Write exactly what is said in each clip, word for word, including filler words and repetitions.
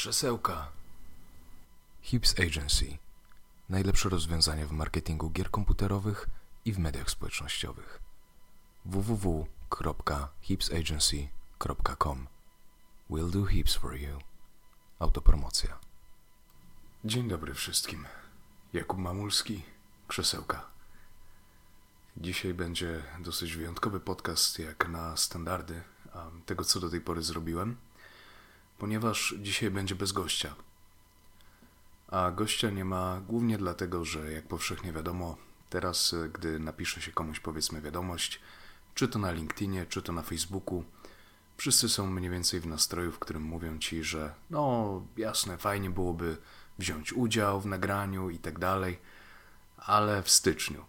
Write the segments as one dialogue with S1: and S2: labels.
S1: Krzesełka. Hips Agency. Najlepsze rozwiązania w marketingu gier komputerowych i w mediach społecznościowych. w w w kropka hips agency kropka com. We'll do hips for you. Autopromocja. Dzień dobry wszystkim. Jakub Mamulski, Krzesełka. Dzisiaj będzie dosyć wyjątkowy podcast jak na standardy tego, co do tej pory zrobiłem, ponieważ dzisiaj będzie bez gościa. A gościa nie ma głównie dlatego, że jak powszechnie wiadomo, teraz gdy napisze się komuś powiedzmy wiadomość, czy to na LinkedInie, czy to na Facebooku, wszyscy są mniej więcej w nastroju, w którym mówią ci, że no jasne, fajnie byłoby wziąć udział w nagraniu i tak dalej, ale w styczniu.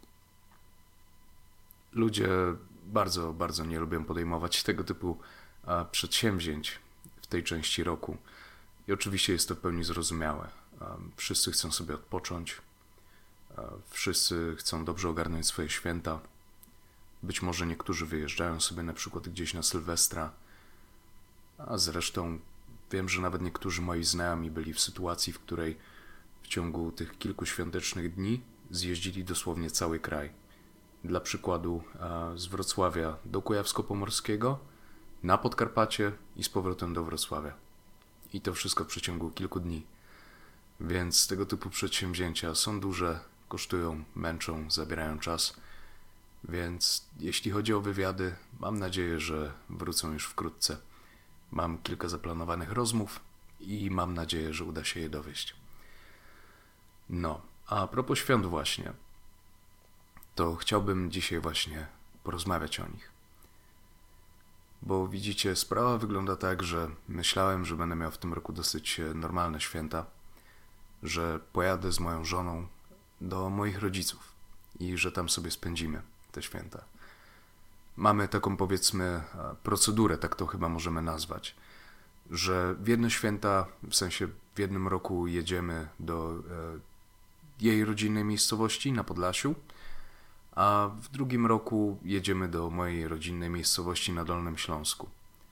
S1: Ludzie bardzo, bardzo nie lubią podejmować tego typu a, przedsięwzięć w tej części roku. I oczywiście jest to w pełni zrozumiałe. A, wszyscy chcą sobie odpocząć, a, wszyscy chcą dobrze ogarnąć swoje święta. Być może niektórzy wyjeżdżają sobie na przykład gdzieś na Sylwestra, a zresztą wiem, że nawet niektórzy moi znajomi byli w sytuacji, w której w ciągu tych kilku świątecznych dni zjeździli dosłownie cały kraj. Dla przykładu z Wrocławia do Kujawsko-Pomorskiego, na Podkarpacie i z powrotem do Wrocławia. I to wszystko w przeciągu kilku dni. Więc tego typu przedsięwzięcia są duże, kosztują, męczą, zabierają czas. Więc jeśli chodzi o wywiady, mam nadzieję, że wrócą już wkrótce. Mam kilka zaplanowanych rozmów i mam nadzieję, że uda się je dowieść. No, a propos świąt właśnie, to chciałbym dzisiaj właśnie porozmawiać o nich. Bo widzicie, sprawa wygląda tak, że myślałem, że będę miał w tym roku dosyć normalne święta, że pojadę z moją żoną do moich rodziców i że tam sobie spędzimy te święta. Mamy taką, powiedzmy, procedurę, tak to chyba możemy nazwać, że w jedne święta, w sensie w jednym roku jedziemy do e, jej rodzinnej miejscowości na Podlasiu, a w drugim roku jedziemy do mojej rodzinnej miejscowości na Dolnym Śląsku.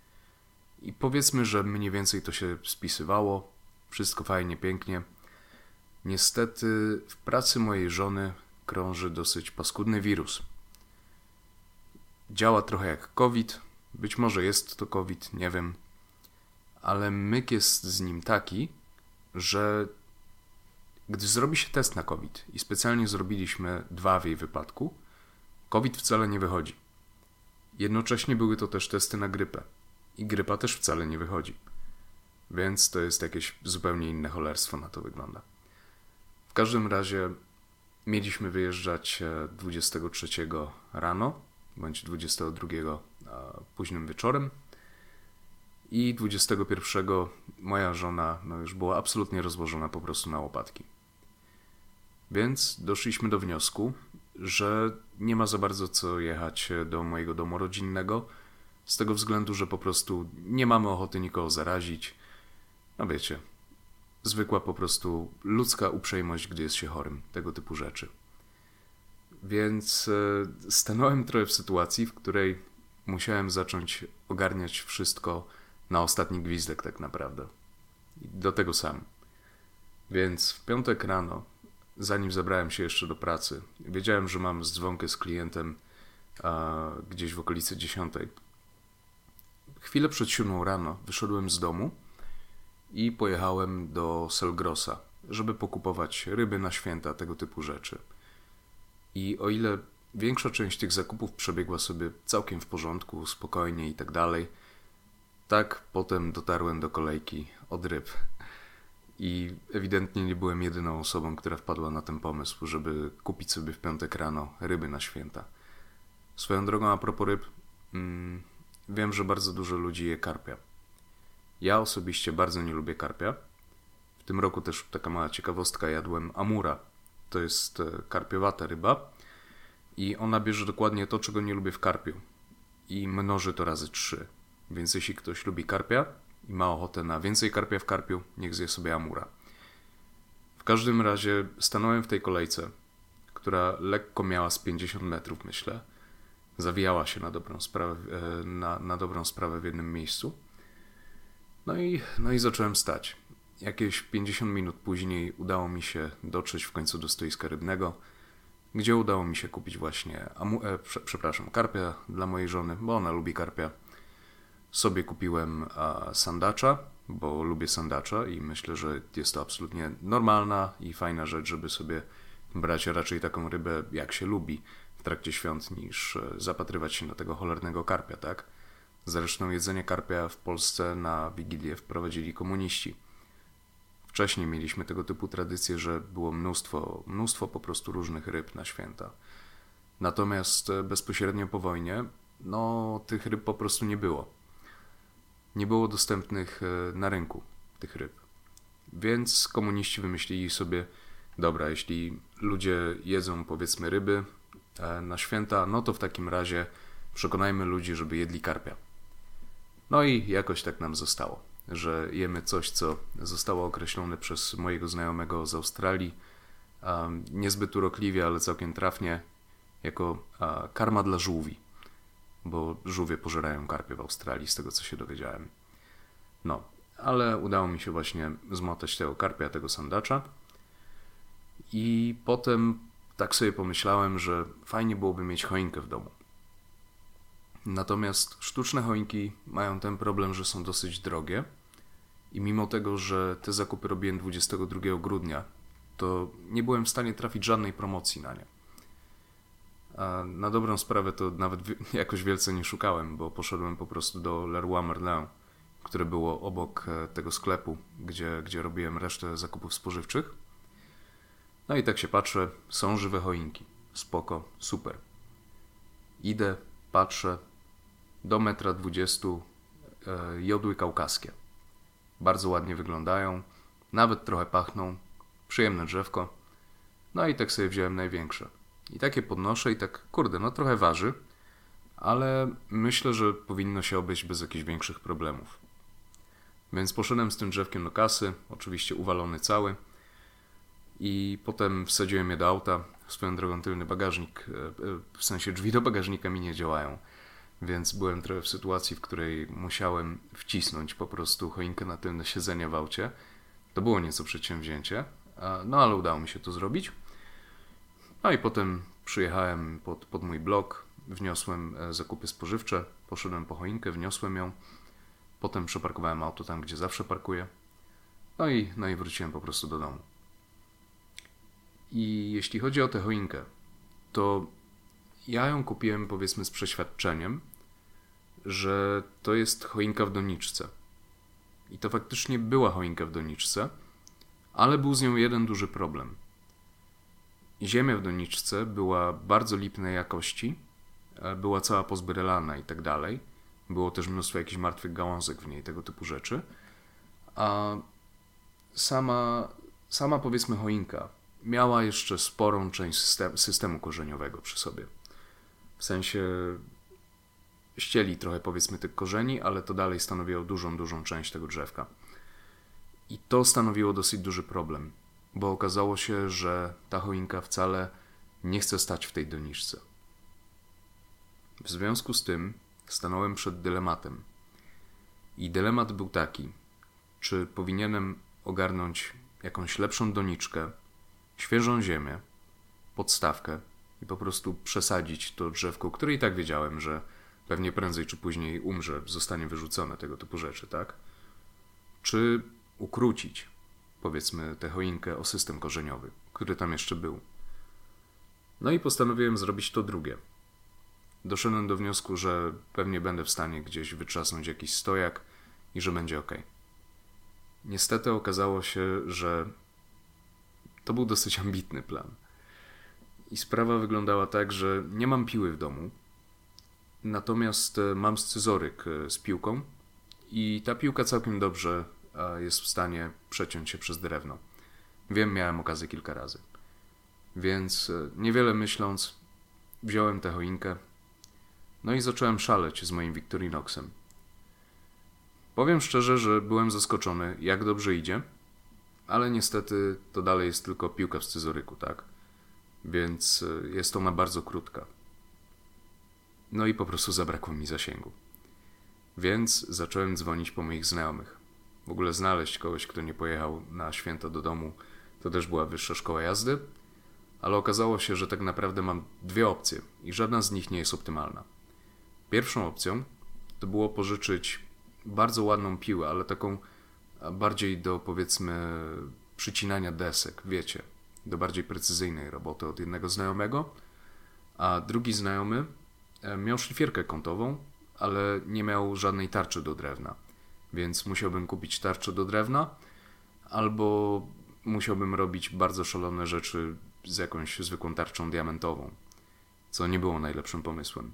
S1: I powiedzmy, że mniej więcej to się spisywało, wszystko fajnie, pięknie. Niestety w pracy mojej żony krąży dosyć paskudny wirus. Działa trochę jak COVID, być może jest to COVID, nie wiem, ale myk jest z nim taki, że gdy zrobi się test na COVID i specjalnie zrobiliśmy dwa w jej wypadku, COVID wcale nie wychodzi. Jednocześnie były to też testy na grypę i grypa też wcale nie wychodzi. Więc to jest jakieś zupełnie inne cholerstwo, na to wygląda. W każdym razie mieliśmy wyjeżdżać dwudziestego trzeciego rano, bądź dwudziestego drugiego późnym wieczorem i dwudziestego pierwszego moja żona no, już była absolutnie rozłożona po prostu na łopatki. Więc doszliśmy do wniosku, że nie ma za bardzo co jechać do mojego domu rodzinnego, z tego względu, że po prostu nie mamy ochoty nikogo zarazić. No wiecie, zwykła po prostu ludzka uprzejmość, gdy jest się chorym, tego typu rzeczy. Więc e, stanąłem trochę w sytuacji, w której musiałem zacząć ogarniać wszystko na ostatni gwizdek tak naprawdę. I do tego sam. Więc w piątek rano, zanim zabrałem się jeszcze do pracy, wiedziałem, że mam dzwonkę z klientem a, gdzieś w okolicy dziesiątej. Chwilę przed siódmą rano wyszedłem z domu i pojechałem do Selgrosa, żeby pokupować ryby na święta, tego typu rzeczy. I o ile większa część tych zakupów przebiegła sobie całkiem w porządku, spokojnie i tak dalej, tak potem dotarłem do kolejki od ryb. I ewidentnie nie byłem jedyną osobą, która wpadła na ten pomysł, żeby kupić sobie w piątek rano ryby na święta. Swoją drogą a propos ryb, mm, wiem, że bardzo dużo ludzi je karpia. Ja osobiście bardzo nie lubię karpia. W tym roku też taka mała ciekawostka, jadłem amura. To jest karpiowata ryba i ona bierze dokładnie to, czego nie lubię w karpiu i mnoży to razy trzy. Więc jeśli ktoś lubi karpia i ma ochotę na więcej karpia w karpiu, niech zje sobie amura. W każdym razie stanąłem w tej kolejce, która lekko miała z pięćdziesiąt metrów, myślę. Zawijała się na dobrą sprawę, na, na dobrą sprawę w jednym miejscu. No i, no i zacząłem stać. jakieś pięćdziesiąt minut później udało mi się dotrzeć w końcu do stoiska rybnego, gdzie udało mi się kupić właśnie, amu- e, prze- przepraszam, karpia dla mojej żony, bo ona lubi karpia. Sobie kupiłem a, sandacza, bo lubię sandacza i myślę, że jest to absolutnie normalna i fajna rzecz, żeby sobie brać raczej taką rybę, jak się lubi w trakcie świąt, niż e, zapatrywać się na tego cholernego karpia, tak? Zresztą jedzenie karpia w Polsce na Wigilię wprowadzili komuniści. Wcześniej mieliśmy tego typu tradycje, że było mnóstwo, mnóstwo po prostu różnych ryb na święta. Natomiast e, bezpośrednio po wojnie, no tych ryb po prostu nie było. Nie było dostępnych e, na rynku tych ryb. Więc komuniści wymyślili sobie, dobra, jeśli ludzie jedzą powiedzmy ryby e, na święta, no to w takim razie przekonajmy ludzi, żeby jedli karpia. No i jakoś tak nam zostało, że jemy coś, co zostało określone przez mojego znajomego z Australii, um, niezbyt urokliwie, ale całkiem trafnie, jako uh, karma dla żółwi, bo żółwie pożerają karpie w Australii, z tego co się dowiedziałem. No, ale udało mi się właśnie zmotać tego karpia, tego sandacza i potem tak sobie pomyślałem, że fajnie byłoby mieć choinkę w domu. Natomiast sztuczne choinki mają ten problem, że są dosyć drogie i mimo tego, że te zakupy robiłem dwudziestego drugiego grudnia, to nie byłem w stanie trafić żadnej promocji na nie. A na dobrą sprawę to nawet jakoś wielce nie szukałem, bo poszedłem po prostu do Leroy Merlin, które było obok tego sklepu, gdzie, gdzie robiłem resztę zakupów spożywczych. No i tak się patrzę, są żywe choinki. Spoko, super. Idę, patrzę, do metra dwudziestu e, jodły kaukaskie. Bardzo ładnie wyglądają, nawet trochę pachną, przyjemne drzewko. No i tak sobie wziąłem największe. I takie podnoszę i tak, kurde, no trochę waży, ale myślę, że powinno się obejść bez jakichś większych problemów. Więc poszedłem z tym drzewkiem do kasy, oczywiście uwalony cały, i potem wsadziłem je do auta. Swoją drogą tylny bagażnik, w sensie drzwi do bagażnika mi nie działają, więc byłem trochę w sytuacji, w której musiałem wcisnąć po prostu choinkę na tylne siedzenie w aucie. To było nieco przedsięwzięcie, no ale udało mi się to zrobić. No i potem przyjechałem pod, pod mój blok, wniosłem zakupy spożywcze, poszedłem po choinkę, wniosłem ją, potem przeparkowałem auto tam, gdzie zawsze parkuję, no i, no i wróciłem po prostu do domu. I jeśli chodzi o tę choinkę, to ja ją kupiłem powiedzmy z przeświadczeniem, że to jest choinka w doniczce. I to faktycznie była choinka w doniczce, ale był z nią jeden duży problem. Ziemia w doniczce była bardzo lipnej jakości, była cała pozbyrelana i tak dalej. Było też mnóstwo jakichś martwych gałązek w niej, tego typu rzeczy. A sama, sama powiedzmy choinka miała jeszcze sporą część system, systemu korzeniowego przy sobie. W sensie ścieli trochę powiedzmy tych korzeni, ale to dalej stanowiło dużą, dużą część tego drzewka. I to stanowiło dosyć duży problem, bo okazało się, że ta choinka wcale nie chce stać w tej doniczce. W związku z tym stanąłem przed dylematem. I dylemat był taki, czy powinienem ogarnąć jakąś lepszą doniczkę, świeżą ziemię, podstawkę i po prostu przesadzić to drzewko, które i tak wiedziałem, że pewnie prędzej czy później umrze, zostanie wyrzucone, tego typu rzeczy, tak? Czy ukrócić, powiedzmy, tę choinkę o system korzeniowy, który tam jeszcze był. No i postanowiłem zrobić to drugie. Doszedłem do wniosku, że pewnie będę w stanie gdzieś wytrzasnąć jakiś stojak i że będzie ok. Niestety okazało się, że to był dosyć ambitny plan. I sprawa wyglądała tak, że nie mam piły w domu, natomiast mam scyzoryk z piłką i ta piłka całkiem dobrze jest w stanie przeciąć się przez drewno. Wiem, miałem okazję kilka razy. Więc niewiele myśląc, wziąłem tę choinkę, no i zacząłem szaleć z moim Victorinoxem. Powiem szczerze, że byłem zaskoczony, jak dobrze idzie, ale niestety to dalej jest tylko piłka w scyzoryku, tak? Więc jest ona bardzo krótka. No i po prostu zabrakło mi zasięgu. Więc zacząłem dzwonić po moich znajomych. w ogóle znaleźć kogoś, kto nie pojechał na święta do domu, to też była wyższa szkoła jazdy. Ale okazało się, że tak naprawdę mam dwie opcje i żadna z nich nie jest optymalna. Pierwszą opcją to było pożyczyć bardzo ładną piłę, ale taką bardziej do, powiedzmy, przycinania desek, wiecie, do bardziej precyzyjnej roboty od jednego znajomego, a drugi znajomy miał szlifierkę kątową, ale nie miał żadnej tarczy do drewna, więc musiałbym kupić tarczę do drewna albo musiałbym robić bardzo szalone rzeczy z jakąś zwykłą tarczą diamentową, co nie było najlepszym pomysłem.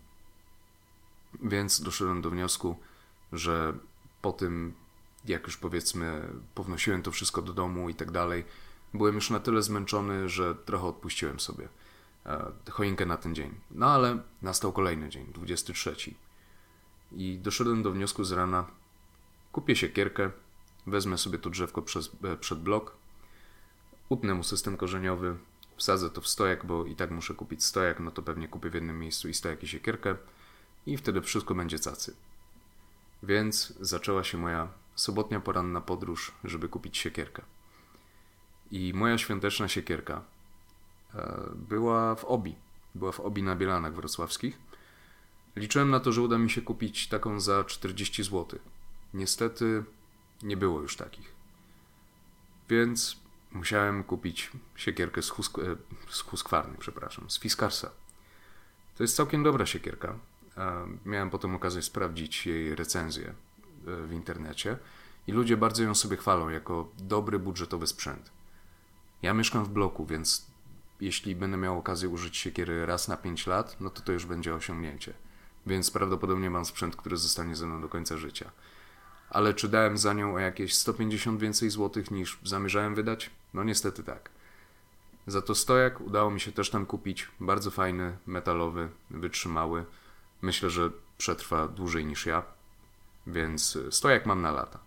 S1: Więc doszedłem do wniosku, że po tym, jak już powiedzmy pownosiłem to wszystko do domu i tak dalej, byłem już na tyle zmęczony, że trochę odpuściłem sobie e, choinkę na ten dzień. No ale nastał kolejny dzień, dwudziesty trzeci. I doszedłem do wniosku z rana, kupię siekierkę, wezmę sobie to drzewko przez, e, przed blok, utnę mu system korzeniowy, wsadzę to w stojak, bo i tak muszę kupić stojak, no to pewnie kupię w jednym miejscu i stojak i siekierkę i wtedy wszystko będzie cacy. Więc zaczęła się moja sobotnia poranna podróż, żeby kupić siekierkę. I moja świąteczna siekierka e, była w Obi. Była w Obi na Bielanach wrocławskich. Liczyłem na to, że uda mi się kupić taką za czterdzieści złotych. Niestety nie było już takich. Więc musiałem kupić siekierkę z, Husk- e, z Husqvarny, przepraszam, z Fiskarsa. To jest całkiem dobra siekierka. E, miałem potem okazję sprawdzić jej recenzję e, w internecie i ludzie bardzo ją sobie chwalą jako dobry, budżetowy sprzęt. Ja mieszkam w bloku, więc jeśli będę miał okazję użyć siekiery raz na pięć lat, no to to już będzie osiągnięcie. Więc prawdopodobnie mam sprzęt, który zostanie ze mną do końca życia. Ale czy dałem za nią o jakieś sto pięćdziesiąt więcej złotych niż zamierzałem wydać? No niestety tak. Za to stojak udało mi się też tam kupić. Bardzo fajny, metalowy, wytrzymały. Myślę, że przetrwa dłużej niż ja. Więc stojak mam na lata.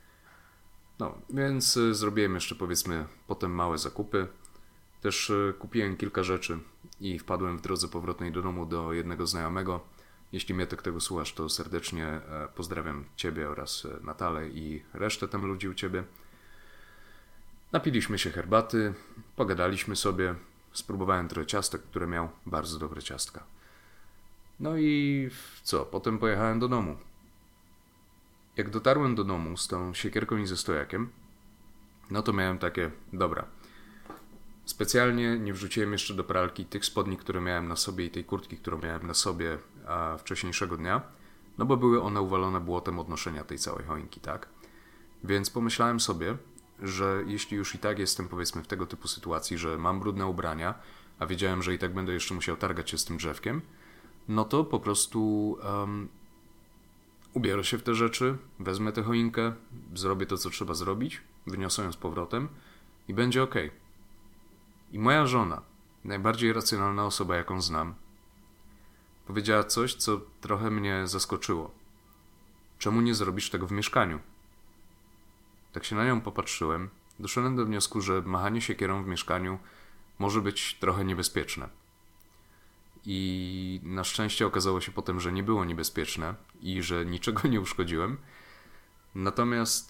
S1: No, więc zrobiłem jeszcze powiedzmy potem małe zakupy. Też kupiłem kilka rzeczy i wpadłem w drodze powrotnej do domu do jednego znajomego. Jeśli Mietek tego słuchasz, to serdecznie pozdrawiam Ciebie oraz Natalę i resztę tam ludzi u Ciebie. Napiliśmy się herbaty, pogadaliśmy sobie, spróbowałem trochę ciastek, które miał, bardzo dobre ciastka. No i co, potem pojechałem do domu. Jak dotarłem do domu z tą siekierką i ze stojakiem, no to miałem takie, dobra, specjalnie nie wrzuciłem jeszcze do pralki tych spodni, które miałem na sobie i tej kurtki, którą miałem na sobie a wcześniejszego dnia, no bo były one uwalone błotem od noszenia tej całej choinki, tak? Więc pomyślałem sobie, że jeśli już i tak jestem powiedzmy w tego typu sytuacji, że mam brudne ubrania, a wiedziałem, że i tak będę jeszcze musiał targać się z tym drzewkiem, no to po prostu um, ubiorę się w te rzeczy, wezmę tę choinkę, zrobię to, co trzeba zrobić, wyniosę ją z powrotem i będzie ok. I moja żona, najbardziej racjonalna osoba, jaką znam, powiedziała coś, co trochę mnie zaskoczyło. Czemu nie zrobisz tego w mieszkaniu? Tak się na nią popatrzyłem, doszedłem do wniosku, że machanie siekierą w mieszkaniu może być trochę niebezpieczne. I na szczęście okazało się potem, że nie było niebezpieczne i że niczego nie uszkodziłem. Natomiast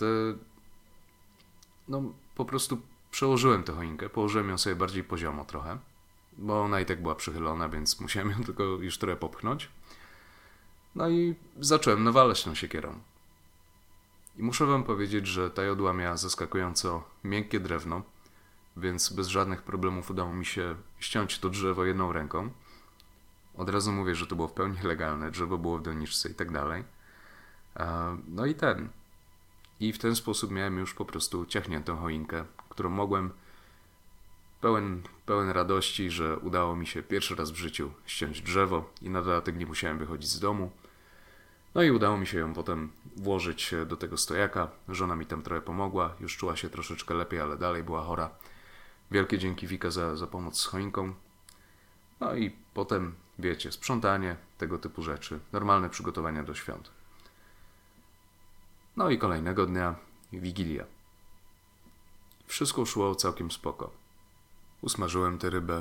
S1: no po prostu przełożyłem tę choinkę, położyłem ją sobie bardziej poziomo trochę, bo ona i tak była przychylona, więc musiałem ją tylko już trochę popchnąć. No i zacząłem nawalać tą siekierą. I muszę wam powiedzieć, że ta jodła miała zaskakująco miękkie drewno, więc bez żadnych problemów udało mi się ściąć to drzewo jedną ręką. Od razu mówię, że to było w pełni legalne, drzewo było w doniczce i tak dalej. No i ten. I w ten sposób miałem już po prostu ciachniętą choinkę, którą mogłem pełen, pełen radości, że udało mi się pierwszy raz w życiu ściąć drzewo i na dodatek nie musiałem wychodzić z domu. No i udało mi się ją potem włożyć do tego stojaka. Żona mi tam trochę pomogła, już czuła się troszeczkę lepiej, ale dalej była chora. Wielkie dzięki Wika za, za pomoc z choinką. No i potem, wiecie, sprzątanie, tego typu rzeczy. Normalne przygotowania do świąt. No i kolejnego dnia Wigilia. Wszystko szło całkiem spoko. Usmażyłem tę rybę.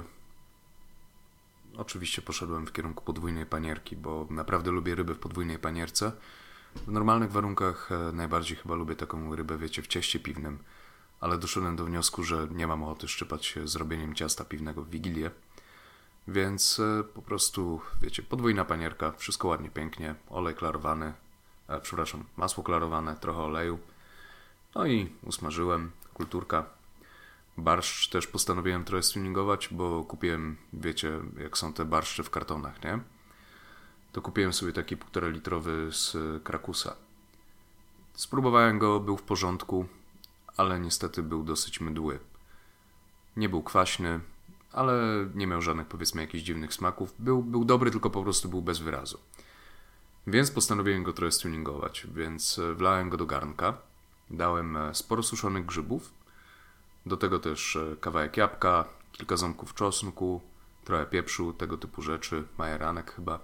S1: Oczywiście poszedłem w kierunku podwójnej panierki, bo naprawdę lubię ryby w podwójnej panierce. W normalnych warunkach najbardziej chyba lubię taką rybę, wiecie, w cieście piwnym, ale doszedłem do wniosku, że nie mam ochoty szczypać się zrobieniem ciasta piwnego w Wigilię, więc po prostu, wiecie, podwójna panierka, wszystko ładnie, pięknie, olej klarowany, e, przepraszam, masło klarowane, trochę oleju, no i usmażyłem, kulturka. Barszcz też postanowiłem trochę stuningować, bo kupiłem, wiecie, jak są te barszcze w kartonach, nie? To kupiłem sobie taki półtora litrowy z Krakusa. Spróbowałem go, był w porządku, ale niestety był dosyć mdły. Nie był kwaśny, ale nie miał żadnych, powiedzmy, jakichś dziwnych smaków. Był, był dobry, tylko po prostu był bez wyrazu. Więc postanowiłem go trochę stuningować, więc wlałem go do garnka. Dałem sporo suszonych grzybów, do tego też kawałek jabłka, kilka ząbków czosnku, trochę pieprzu, tego typu rzeczy, majeranek chyba.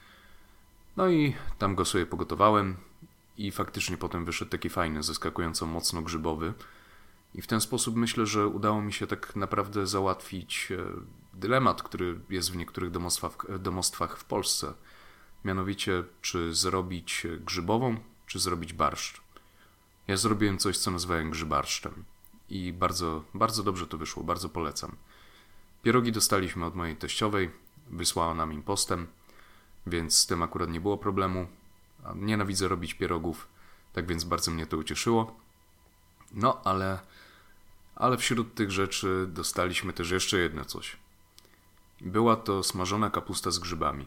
S1: No i tam go sobie pogotowałem i faktycznie potem wyszedł taki fajny, zaskakująco mocno grzybowy. I w ten sposób myślę, że udało mi się tak naprawdę załatwić dylemat, który jest w niektórych domostwach, domostwach w Polsce. Mianowicie, czy zrobić grzybową, czy zrobić barszcz. Ja zrobiłem coś, co nazwałem grzybarszczem. I bardzo, bardzo dobrze to wyszło, bardzo polecam. Pierogi dostaliśmy od mojej teściowej, wysłała nam impostem, więc z tym akurat nie było problemu. Nienawidzę robić pierogów, tak więc bardzo mnie to ucieszyło. No, ale, ale wśród tych rzeczy dostaliśmy też jeszcze jedno coś. Była to smażona kapusta z grzybami.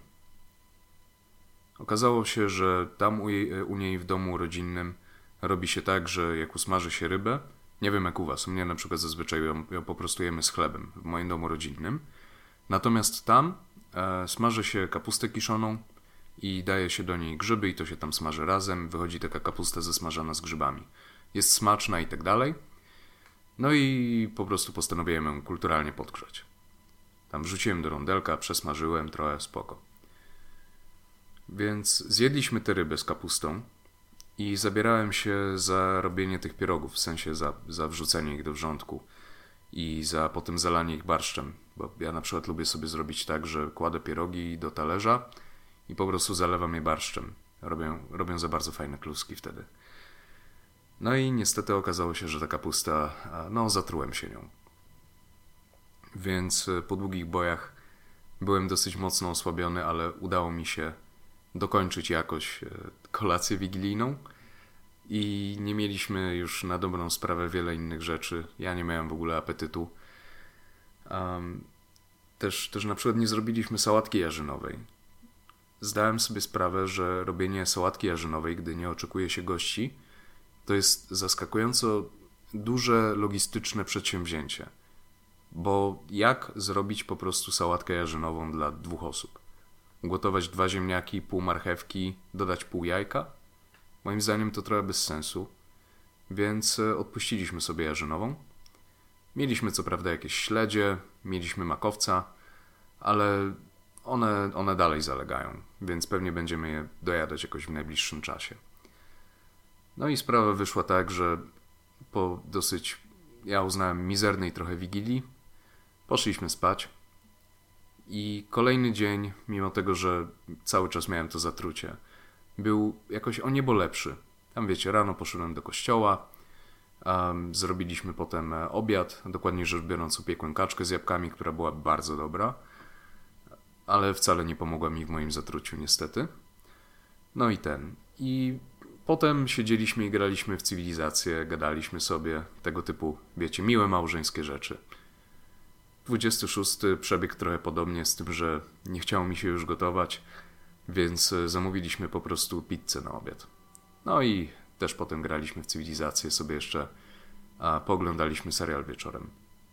S1: Okazało się, że tam u, jej, u niej w domu rodzinnym robi się tak, że jak usmaży się rybę, nie wiem jak u was, u mnie na przykład zazwyczaj ją, ją po prostu jemy z chlebem w moim domu rodzinnym. Natomiast tam e, smaży się kapustę kiszoną i daje się do niej grzyby i to się tam smaży razem. Wychodzi taka kapusta zesmażana z grzybami. Jest smaczna i tak dalej. No i po prostu postanowiłem ją kulturalnie podgrzać. Tam wrzuciłem do rondelka, przesmażyłem trochę, spoko. Więc zjedliśmy te ryby z kapustą i zabierałem się za robienie tych pierogów, w sensie za, za wrzucenie ich do wrzątku i za potem zalanie ich barszczem. Bo ja na przykład lubię sobie zrobić tak, że kładę pierogi do talerza i po prostu zalewam je barszczem. Robię, robią za bardzo fajne kluski wtedy. No i niestety okazało się, że ta kapusta, no zatrułem się nią. Więc po długich bojach byłem dosyć mocno osłabiony, ale udało mi się dokończyć jakoś kolację wigilijną i nie mieliśmy już na dobrą sprawę wiele innych rzeczy. Ja nie miałem w ogóle apetytu. Um, też, też na przykład nie zrobiliśmy sałatki jarzynowej. Zdałem sobie sprawę, że robienie sałatki jarzynowej, gdy nie oczekuje się gości, to jest zaskakująco duże logistyczne przedsięwzięcie. Bo jak zrobić po prostu sałatkę jarzynową dla dwóch osób? Ugotować dwa ziemniaki, pół marchewki, dodać pół jajka? Moim zdaniem to trochę bez sensu, więc odpuściliśmy sobie jarzynową. Mieliśmy co prawda jakieś śledzie, mieliśmy makowca, ale one, one dalej zalegają, więc pewnie będziemy je dojadać jakoś w najbliższym czasie. No i sprawa wyszła tak, że po dosyć, ja uznałem, mizernej trochę wigilii, poszliśmy spać i kolejny dzień, mimo tego, że cały czas miałem to zatrucie, był jakoś o niebo lepszy. Tam wiecie, rano poszedłem do kościoła, um, zrobiliśmy potem obiad, dokładnie rzecz biorąc upiekłem kaczkę z jabłkami, która była bardzo dobra, ale wcale nie pomogła mi w moim zatruciu niestety. No i ten. I potem siedzieliśmy i graliśmy w cywilizację, gadaliśmy sobie, tego typu, wiecie, miłe małżeńskie rzeczy. dwudziesty szósty przebiegł trochę podobnie, z tym, że nie chciało mi się już gotować, więc zamówiliśmy po prostu pizzę na obiad. No i też potem graliśmy w cywilizację, sobie jeszcze a, pooglądaliśmy serial wieczorem.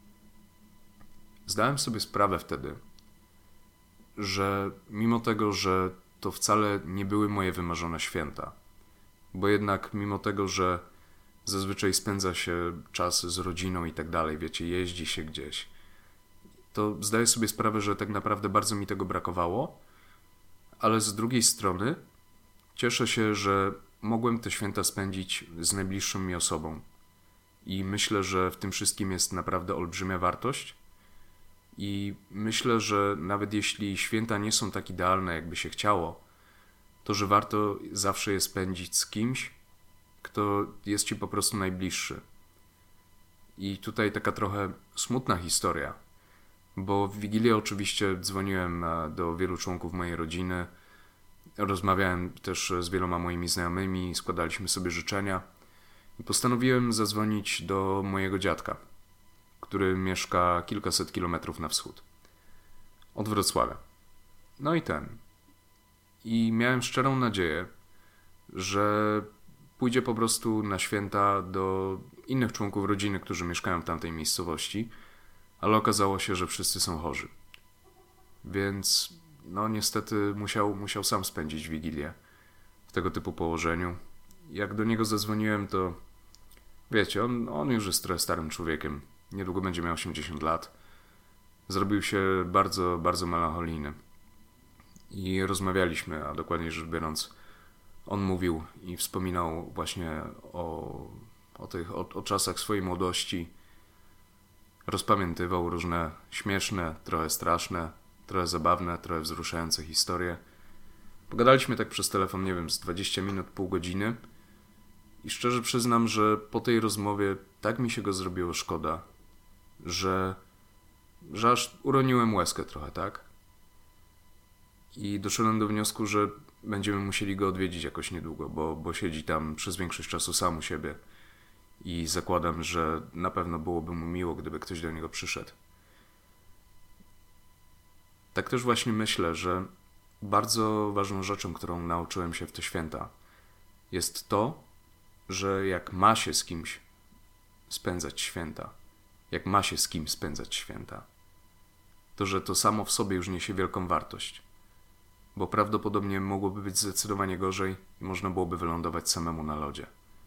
S1: Zdałem sobie sprawę wtedy, że mimo tego, że to wcale nie były moje wymarzone święta, bo jednak mimo tego, że zazwyczaj spędza się czas z rodziną i tak dalej, wiecie, jeździ się gdzieś, to zdaję sobie sprawę, że tak naprawdę bardzo mi tego brakowało, ale z drugiej strony cieszę się, że mogłem te święta spędzić z najbliższą mi osobą i myślę, że w tym wszystkim jest naprawdę olbrzymia wartość i myślę, że nawet jeśli święta nie są tak idealne, jakby się chciało, to, że warto zawsze je spędzić z kimś, kto jest ci po prostu najbliższy. I tutaj taka trochę smutna historia, bo w Wigilię oczywiście dzwoniłem do wielu członków mojej rodziny, rozmawiałem też z wieloma moimi znajomymi, składaliśmy sobie życzenia i postanowiłem zadzwonić do mojego dziadka, który mieszka kilkaset kilometrów na wschód od Wrocławia. No i ten. I miałem szczerą nadzieję, że pójdzie po prostu na święta do innych członków rodziny, którzy mieszkają w tamtej miejscowości, ale okazało się, że wszyscy są chorzy. Więc no niestety musiał, musiał sam spędzić Wigilię w tego typu położeniu. Jak do niego zadzwoniłem, to wiecie, on, on już jest trochę starym człowiekiem. Niedługo będzie miał osiemdziesiąt lat. Zrobił się bardzo, bardzo melancholijny. I rozmawialiśmy, a dokładniej rzecz biorąc, on mówił i wspominał właśnie o, o, tych, o, o czasach swojej młodości. Rozpamiętywał różne śmieszne, trochę straszne, trochę zabawne, trochę wzruszające historie. Pogadaliśmy tak przez telefon, nie wiem, z dwadzieścia minut, pół godziny. I szczerze przyznam, że po tej rozmowie tak mi się go zrobiło szkoda, że, że aż uroniłem łezkę trochę, tak? I doszedłem do wniosku, że będziemy musieli go odwiedzić jakoś niedługo, bo, bo siedzi tam przez większość czasu sam u siebie. I zakładam, że na pewno byłoby mu miło, gdyby ktoś do niego przyszedł. Tak też właśnie myślę, że bardzo ważną rzeczą, którą nauczyłem się w te święta, jest to, że jak ma się z kimś spędzać święta, jak ma się z kim spędzać święta, to że to samo w sobie już niesie wielką wartość. Bo prawdopodobnie mogłoby być zdecydowanie gorzej i można byłoby wylądować samemu na lodzie.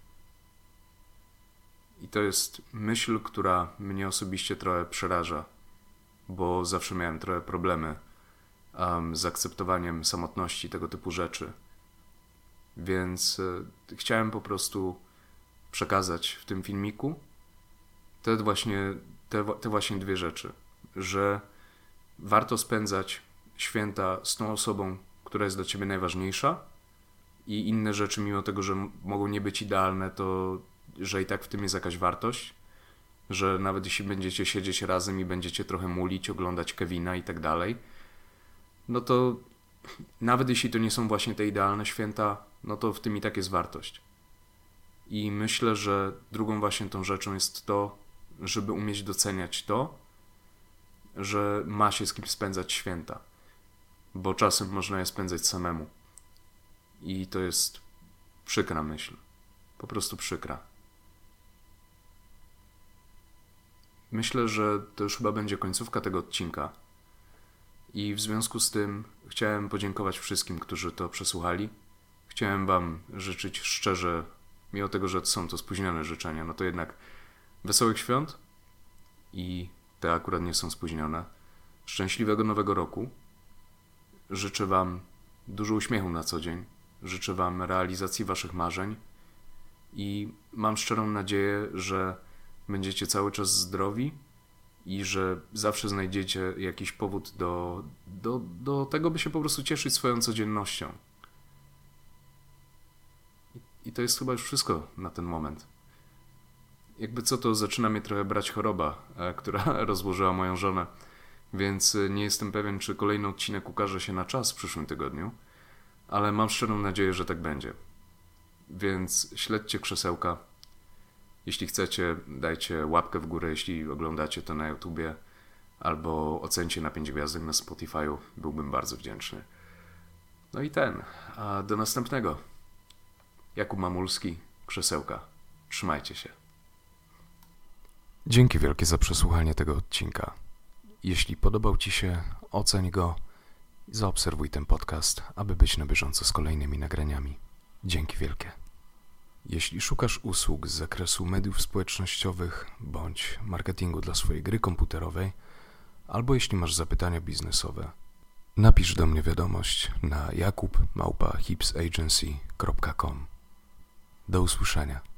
S1: I to jest myśl, która mnie osobiście trochę przeraża, bo zawsze miałem trochę problemy um, z akceptowaniem samotności, tego typu rzeczy. Więc y, chciałem po prostu przekazać w tym filmiku te właśnie, te, te właśnie dwie rzeczy, że warto spędzać święta z tą osobą, która jest dla ciebie najważniejsza i inne rzeczy, mimo tego, że mogą nie być idealne, to że i tak w tym jest jakaś wartość, że nawet jeśli będziecie siedzieć razem i będziecie trochę mulić, oglądać Kevina i tak dalej, no to nawet jeśli to nie są właśnie te idealne święta, no to w tym i tak jest wartość. I myślę, że drugą właśnie tą rzeczą jest to, żeby umieć doceniać to, że ma się z kim spędzać święta, bo czasem można je spędzać samemu. I to jest przykra myśl. Po prostu przykra. Myślę, że to już chyba będzie końcówka tego odcinka. I w związku z tym chciałem podziękować wszystkim, którzy to przesłuchali. Chciałem wam życzyć szczerze, mimo tego, że są to spóźnione życzenia, no to jednak wesołych świąt i te akurat nie są spóźnione. Szczęśliwego nowego roku. Życzę wam dużo uśmiechu na co dzień. Życzę wam realizacji waszych marzeń i mam szczerą nadzieję, że będziecie cały czas zdrowi i że zawsze znajdziecie jakiś powód do, do, do tego, by się po prostu cieszyć swoją codziennością. I, I to jest chyba już wszystko na ten moment. Jakby co, to zaczyna mnie trochę brać choroba, e, która rozłożyła moją żonę, więc nie jestem pewien, czy kolejny odcinek ukaże się na czas w przyszłym tygodniu, ale mam szczerą nadzieję, że tak będzie. Więc śledźcie krzesełka. Jeśli chcecie, dajcie łapkę w górę, jeśli oglądacie to na YouTubie, albo ocencie na pięć gwiazdek na Spotify'u. Byłbym bardzo wdzięczny. No i ten. A do następnego. Jakub Mamulski, krzesełka. Trzymajcie się. Dzięki wielkie za przesłuchanie tego odcinka. Jeśli podobał ci się, oceń go i zaobserwuj ten podcast, aby być na bieżąco z kolejnymi nagraniami. Dzięki wielkie. Jeśli szukasz usług z zakresu mediów społecznościowych bądź marketingu dla swojej gry komputerowej, albo jeśli masz zapytania biznesowe, napisz do mnie wiadomość na jakub małpa hipsagency kropka com. Do usłyszenia.